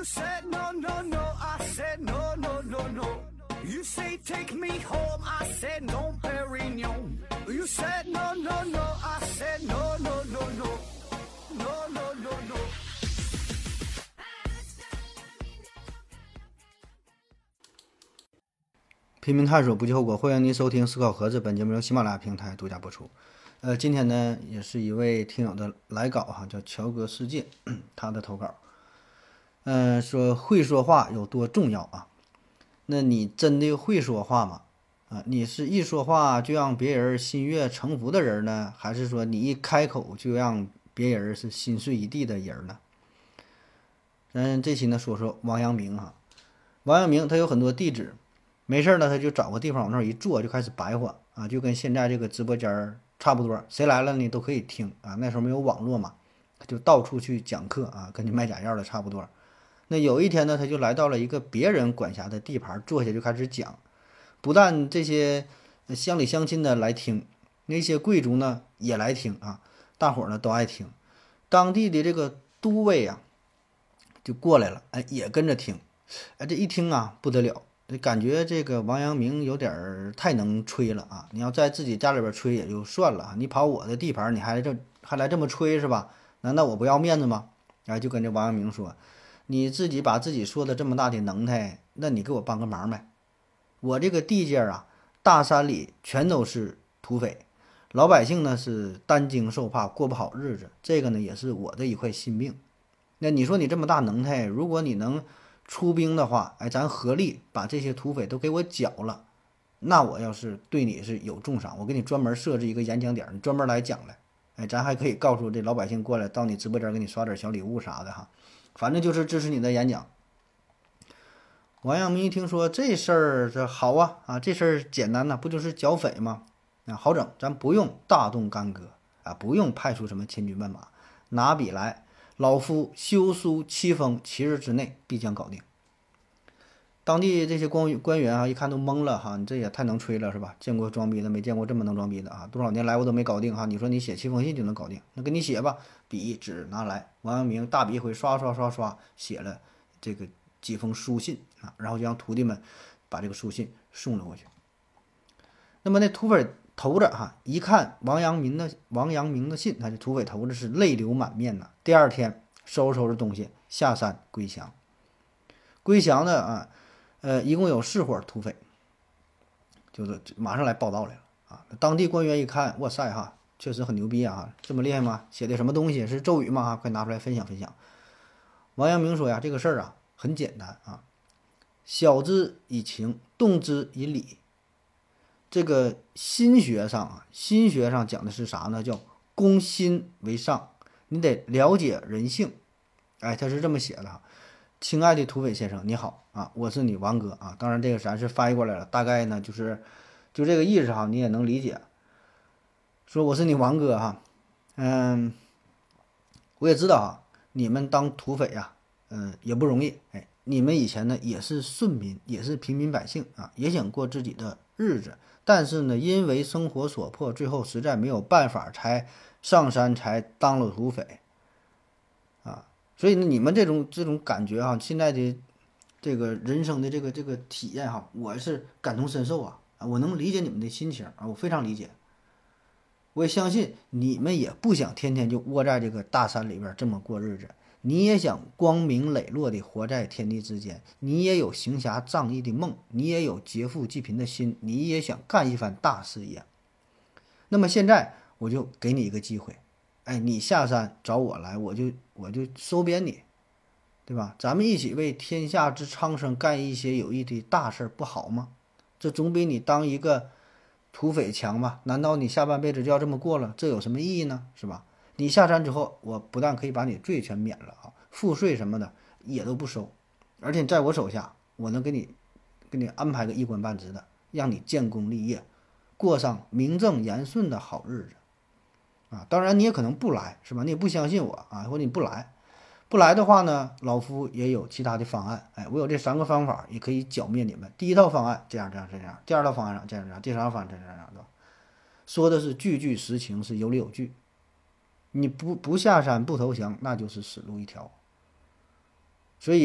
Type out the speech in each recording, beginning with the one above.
said no, no, no, I said no, no, no, no. You say take me home, I said no, Perignon. You said no, no, no, I said no, no, no, no. No, no, no, no. 拼命探索不计后果，欢迎您收听思考盒子，本节目由喜马拉雅平台独家播出。今天呢也是一位听友的来稿哈，叫乔哥世界，他的投稿。说会说话有多重要啊？那你真的会说话吗？你是一说话就让别人心悦诚服的人呢，还是说你一开口就让别人是心碎一地的人呢？这期呢说说王阳明哈。王阳明他有很多弟子，没事呢他就找个地方往那儿一坐，就开始白话啊，就跟现在这个直播间差不多，谁来了你都可以听啊。那时候没有网络嘛，就到处去讲课啊，跟你卖假药的差不多。那有一天呢，他就来到了一个别人管辖的地盘，坐下就开始讲。不但这些乡里乡亲的来听，那些贵族呢也来听啊，大伙儿呢都爱听。当地的这个都尉啊就过来了，也跟着听。这一听啊不得了，感觉这个王阳明有点太能吹了啊！你要在自己家里边吹也就算了，你跑我的地盘，你还来这么吹是吧？难道我不要面子吗？就跟这王阳明说。你自己把自己说的这么大的能耐，那你给我帮个忙呗。我这个地界啊，大山里全都是土匪，老百姓呢是担惊受怕，过不好日子，这个呢也是我的一块心病。那你说你这么大能耐，如果你能出兵的话，咱合力把这些土匪都给我剿了，那我要是对你是有重赏，我给你专门设置一个演讲点，你专门来讲来，咱还可以告诉这老百姓过来到你直播间给你刷点小礼物啥的哈。反正就是支持你的演讲。王阳明一听说这事儿，这好啊，这事儿简单呐，不就是剿匪吗？好整，咱不用大动干戈啊，不用派出什么千军万马，拿笔来，老夫修书7封，7日之内必将搞定。当地这些官员啊，一看都懵了哈，你这也太能吹了是吧？见过装逼的，没见过这么能装逼的啊！多少年来我都没搞定哈，你说你写7封信就能搞定？那给你写吧，笔纸拿来，王阳明大笔一挥，刷刷刷刷写了这个几封书信啊，然后就让徒弟们把这个书信送了过去。那么那土匪头子哈，一看王阳明的信，他这土匪头子是泪流满面呐。第二天收拾东西下山归降。归降的啊。一共有4伙土匪，就是马上来报道来了啊！当地官员一看，哇塞哈，确实很牛逼啊！这么厉害吗？写的什么东西？是咒语吗？快拿出来分享分享。王阳明说呀，这个事儿啊很简单啊，晓之以情，动之以理。这个心学上讲的是啥呢？叫攻心为上，你得了解人性。他是这么写的哈。亲爱的土匪先生，你好啊，我是你王哥啊。当然，这个咱是翻译过来了，大概呢就这个意思哈，你也能理解。说我是你王哥哈，我也知道哈，你们当土匪呀，也不容易。你们以前呢也是顺民，也是平民百姓啊，也想过自己的日子，但是呢，因为生活所迫，最后实在没有办法，才上山，才当了土匪。所以呢，你们这种感觉哈，现在的这个人生的这个体验哈，我是感同身受啊，我能理解你们的心情啊，我非常理解。我也相信你们也不想天天就窝在这个大山里边这么过日子，你也想光明磊落的活在天地之间，你也有行侠仗义的梦，你也有劫富济贫的心，你也想干一番大事业。那么现在我就给你一个机会。你下山找我来，我就收编你，对吧？咱们一起为天下之苍生干一些有益的大事，不好吗？这总比你当一个土匪强吧？难道你下半辈子就要这么过了？这有什么意义呢？是吧？你下山之后，我不但可以把你罪全免了啊，赋税什么的也都不收，而且你在我手下，我能给你安排个一官半职的，让你建功立业，过上名正言顺的好日子。当然你也可能不来，是吧？你也不相信我啊，或者你不来的话呢，老夫也有其他的方案。我有这3个方法，也可以剿灭你们。第一套方案这样，第二套方案这样，第3套方案这样，对吧？说的是句句实情，是有理有据。你不下山不投降，那就是死路一条。所以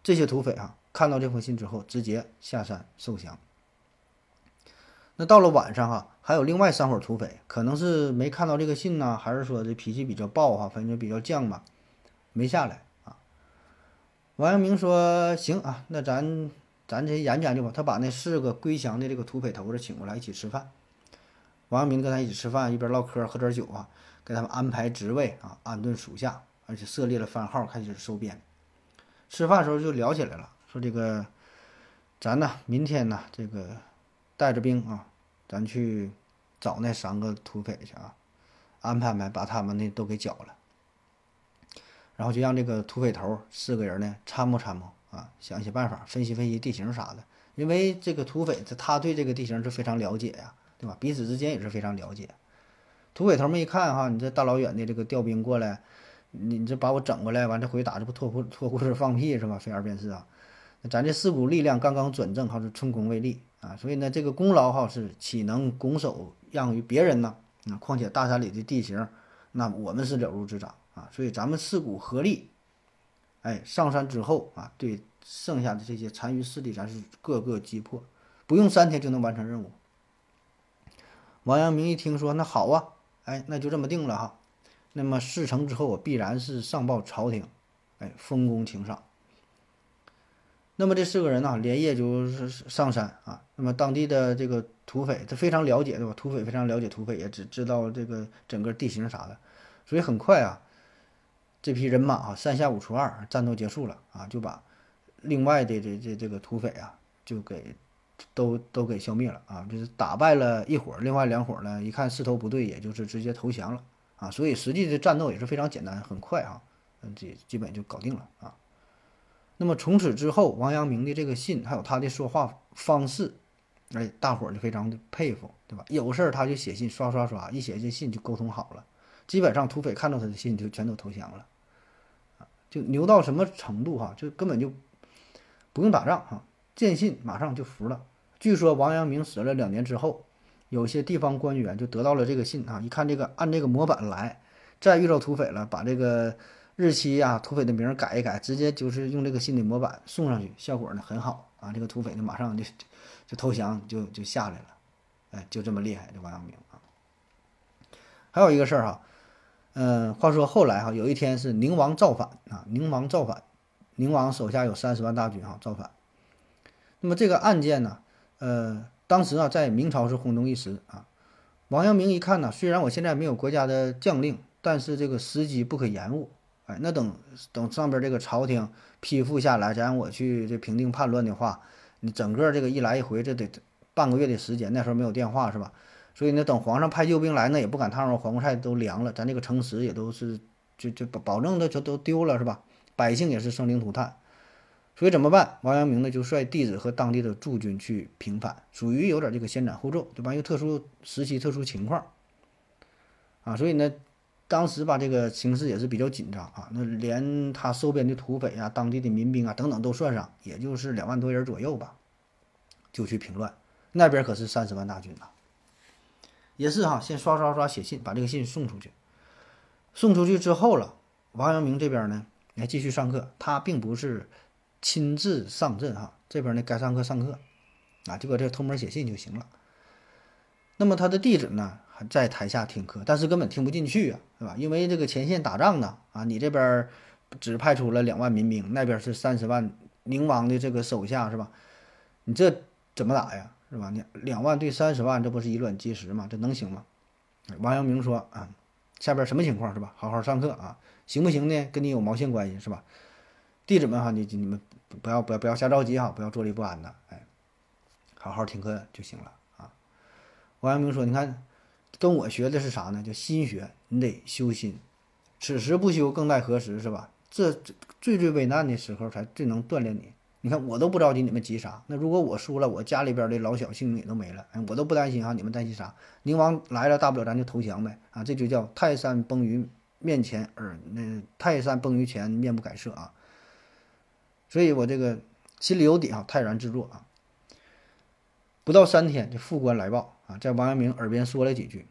这些土匪看到这封信之后，直接下山受降。那到了晚上还有另外3伙土匪，可能是没看到这个信呢，还是说这脾气比较暴反正比较犟吧，没下来王阳明说行那咱这研究吧。他把那4个归降的这个土匪头子请过来一起吃饭。王阳明跟他一起吃饭，一边唠嗑喝点酒给他们安排职位安顿属下，而且设立了番号，开始收编。吃饭的时候就聊起来了，说这个咱呢明天呢这个带着兵咱去找那3个土匪去安排把他们呢都给剿了。然后就让这个土匪头4个人呢参谋想一些办法，分析地形啥的。因为这个土匪他对这个地形是非常了解呀，对吧？彼此之间也是非常了解。土匪头们一看你这大老远的这个调兵过来，你这把我整过来，完这回打这不脱裤子放屁是吧？非而便是咱这4股力量刚刚转正是春功未立所以呢这个功劳是岂能拱手让于别人呢？况且大山里的地形，那我们是了如指掌所以咱们4股合力，上山之后对剩下的这些残余势力咱是各个击破，不用3天就能完成任务。王阳明一听说那好那就这么定了那么事成之后我必然是上报朝廷，封功请赏。那么这4个人连夜就是上山那么当地的这个土匪他非常了解，对吧？土匪非常了解土匪，也只知道这个整个地形啥的，所以很快这批人马3下5除2，战斗结束了就把另外的这个土匪就给都给消灭了就是打败了一伙，另外2伙呢一看势头不对，也就是直接投降了所以实际的战斗也是非常简单，很快这基本就搞定了那么从此之后，王阳明的这个信还有他的说话方式，大伙儿就非常的佩服，对吧？有事儿他就写信，刷一写这信就沟通好了，基本上土匪看到他的信就全都投降了就牛到什么程度就根本就不用打仗见信马上就服了。据说王阳明死了2年之后，有些地方官员就得到了这个信一看这个按这个模板来，再遇到土匪了，把这个日期土匪的名改一改，直接就是用这个信的模板送上去，效果呢很好这个土匪呢马上就投降就下来了，就这么厉害这王阳明还有一个事儿话说后来有一天是宁王造反宁王手下有30万大军造反。那么这个案件呢当时在明朝是轰动一时王阳明一看虽然我现在没有国家的将令，但是这个时机不可延误那等上边这个朝廷批复下来，再让我去这平定叛乱的话，你整个这个一来一回这得半个月的时间，那时候没有电话是吧？所以呢等皇上派救兵来呢也不赶趟黄瓜菜都凉了，咱这个城池也都是就保证的就都丢了是吧？百姓也是生灵涂炭，所以怎么办？王阳明呢就率弟子和当地的驻军去平反，属于有点这个先斩后奏，对吧？因为特殊时期特殊情况所以呢当时吧这个形势也是比较紧张那连他收编的土匪当地的民兵等等都算上，也就是2万多人左右吧，就去平乱。那边可是30万大军也是先刷写信，把这个信送出去。送出去之后了，王阳明这边呢继续上课，他并不是亲自上阵这边呢该上课上课就搁这偷摸写信就行了。那么他的弟子呢还在台下听课，但是根本听不进去是吧？因为这个前线打仗呢你这边只派出了2万民兵，那边是30万宁王的这个手下是吧？你这怎么打呀是吧？你2万对30万，这不是以卵击石吗？这能行吗？王阳明说下边什么情况是吧？好好上课行不行呢？跟你有毛线关系是吧？弟子们你们不要瞎着急不要坐立不安的，好好听课就行了王阳明说你看跟我学的是啥呢？叫心学，你得修心，此时不修更待何时是吧？这最危难的时候才最能锻炼你。你看我都不着急，你们急啥？那如果我输了，我家里边的老小性命也都没了，我都不担心你们担心啥？宁王来了，大不了咱就投降呗这就叫泰山崩于面前泰山崩于前面不改色所以我这个心里有底泰然自若不到3天，这副官来报在王阳明耳边说了几句，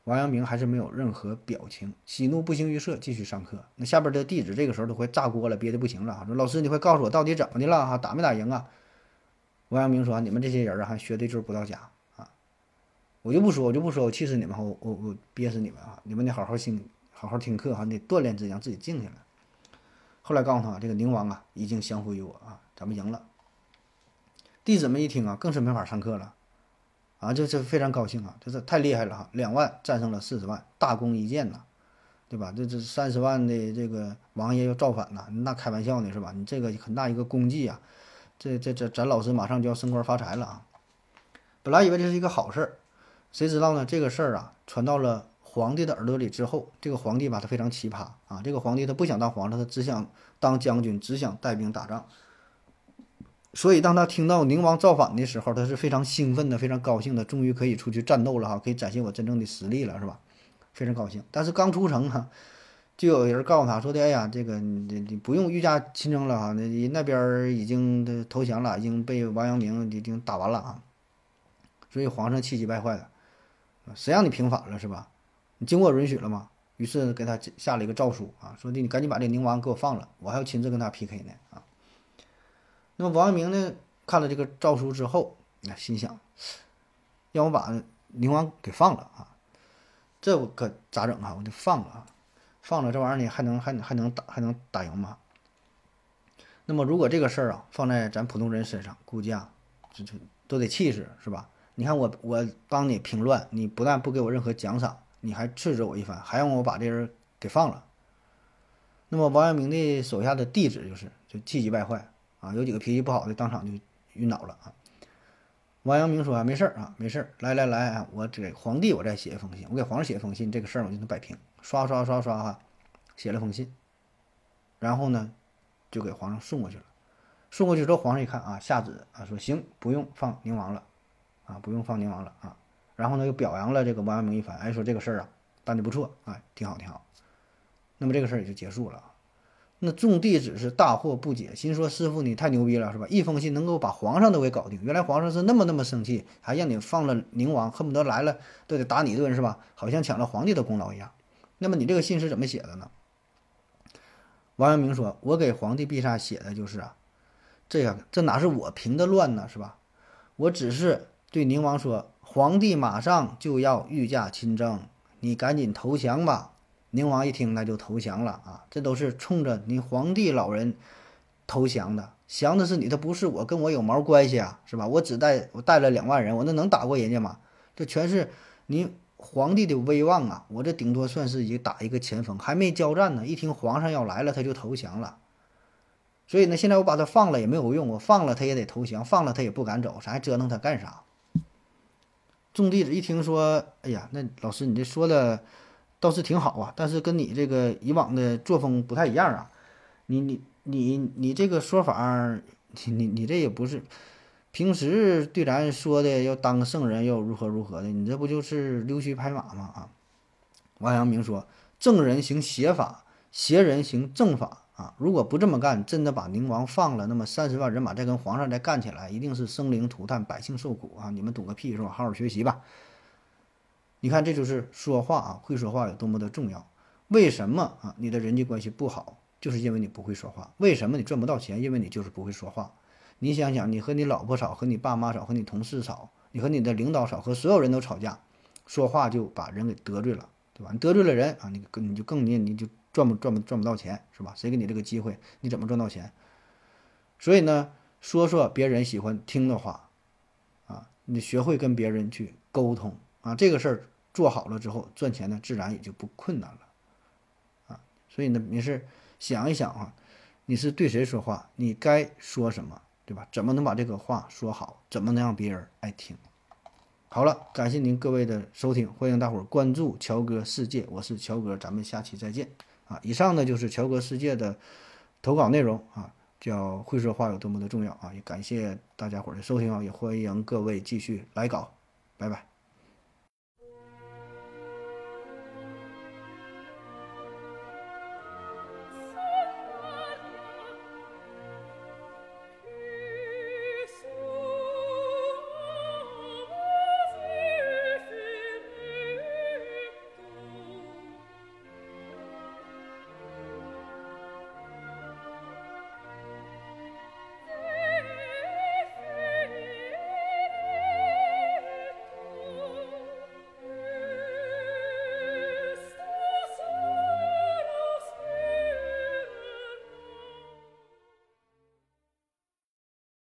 王阳明还是没有任何表情，喜怒不形于色，继续上课。那下边的弟子这个时候都快炸锅了，憋得不行了，说老师你快告诉我到底怎么的了哈，打没打赢啊？王阳明说你们这些人啊，还学的就是不到家啊，我就不说，我气死你们，我憋死你们啊！你们得好好听课哈，你得锻炼自己，让自己静下来。后来告诉他这个宁王啊，已经降服于我啊，咱们赢了。弟子们一听啊，更是没法上课了。啊，这非常高兴啊，这是太厉害了哈！2万战胜了40万，大功一件呐，对吧？这30万的这个王爷要造反呐，那开玩笑呢是吧？你这个很大一个功绩啊，这咱老师马上就要升官发财了啊！本来以为这是一个好事儿，谁知道呢？这个事儿啊传到了皇帝的耳朵里之后，这个皇帝吧他非常奇葩啊，这个皇帝他不想当皇上，他只想当将军，只想带兵打仗。所以，当他听到宁王造反的时候，他是非常兴奋的，非常高兴的，终于可以出去战斗了哈，可以展现我真正的实力了，是吧？非常高兴。但是刚出城哈，就有人告诉他说的：“哎呀，这个你不用御驾亲征了哈，那边已经投降了，已经被王阳明已经打完了啊。”所以皇上气急败坏的，谁让你平反了是吧？你经过我允许了吗？于是给他下了一个诏书啊，说的你赶紧把这宁王给我放了，我还要亲自跟他 PK 呢啊。那么王阳明呢，看了这个诏书之后，心想，让我把宁王给放了啊，这我可咋整啊？我就放了啊，放了这玩意儿呢，还能打赢吗？那么如果这个事儿啊放在咱普通人身上，估计啊，这都得气死是吧？你看我帮你平乱，你不但不给我任何奖赏，你还斥责我一番，还让我把这人给放了。那么王阳明的手下的弟子就气急败坏。啊，有几个脾气不好的当场就晕倒了啊！王阳明说啊，没事儿啊，没事儿，来啊，我给皇帝我再写一封信，我给皇上写一封信，这个事儿我就能摆平。刷哈，写了封信，然后呢就给皇上送过去了。送过去之后，皇上一看啊，下旨啊，说行，不用放宁王了啊，不用放宁王了啊。然后呢又表扬了这个王阳明一番，哎，说这个事儿啊办得不错啊，挺好。那么这个事儿也就结束了。那众弟子是大惑不解，心说师傅你太牛逼了是吧？一封信能够把皇上都给搞定，原来皇上是那么生气，还让你放了宁王，恨不得来了都得打你一顿是吧？好像抢了皇帝的功劳一样。那么你这个信是怎么写的呢？王阳明说，我给皇帝陛下写的就是啊，这哪是我平的乱呢是吧？我只是对宁王说，皇帝马上就要御驾亲征，你赶紧投降吧。宁王一听，那就投降了啊！这都是冲着您皇帝老人投降的，降的是你，他不是我，跟我有毛关系啊，是吧？我带了2万人，我那能打过人家吗？这全是您皇帝的威望啊！我这顶多算是打一个前锋，还没交战呢。一听皇上要来了，他就投降了。所以呢，现在我把他放了也没有用，我放了他也得投降，放了他也不敢走，咱还折腾他干啥？众弟子一听说，哎呀，那老师你这说的倒是挺好啊，但是跟你这个以往的作风不太一样啊。你这个说法，你这也不是平时对咱说的要当个圣人，要如何的，你这不就是溜须拍马吗？啊！王阳明说，正人行邪法，邪人行正法啊！如果不这么干，真的把宁王放了，那么30万人马再跟皇上再干起来，一定是生灵涂炭，百姓受苦啊！你们懂个屁是吧？好好学习吧。你看，这就是说话啊，会说话有多么的重要。为什么啊？你的人际关系不好，就是因为你不会说话。为什么你赚不到钱？因为你就是不会说话。你想想，你和你老婆吵，和你爸妈吵，和你同事吵，你和你的领导吵，和所有人都吵架，说话就把人给得罪了，对吧？你得罪了人啊，你就赚不到钱，是吧？谁给你这个机会，你怎么赚到钱？所以呢，说别人喜欢听的话啊，你学会跟别人去沟通啊，这个事儿做好了之后，赚钱呢自然也就不困难了啊。所以呢，你是想一想啊，你是对谁说话，你该说什么，对吧？怎么能把这个话说好，怎么能让别人爱听？好了，感谢您各位的收听，欢迎大伙儿关注乔哥世界，我是乔哥，咱们下期再见啊！以上呢就是乔哥世界的投稿内容啊，叫会说话有多么的重要啊！也感谢大家伙儿的收听啊，也欢迎各位继续来稿，拜拜。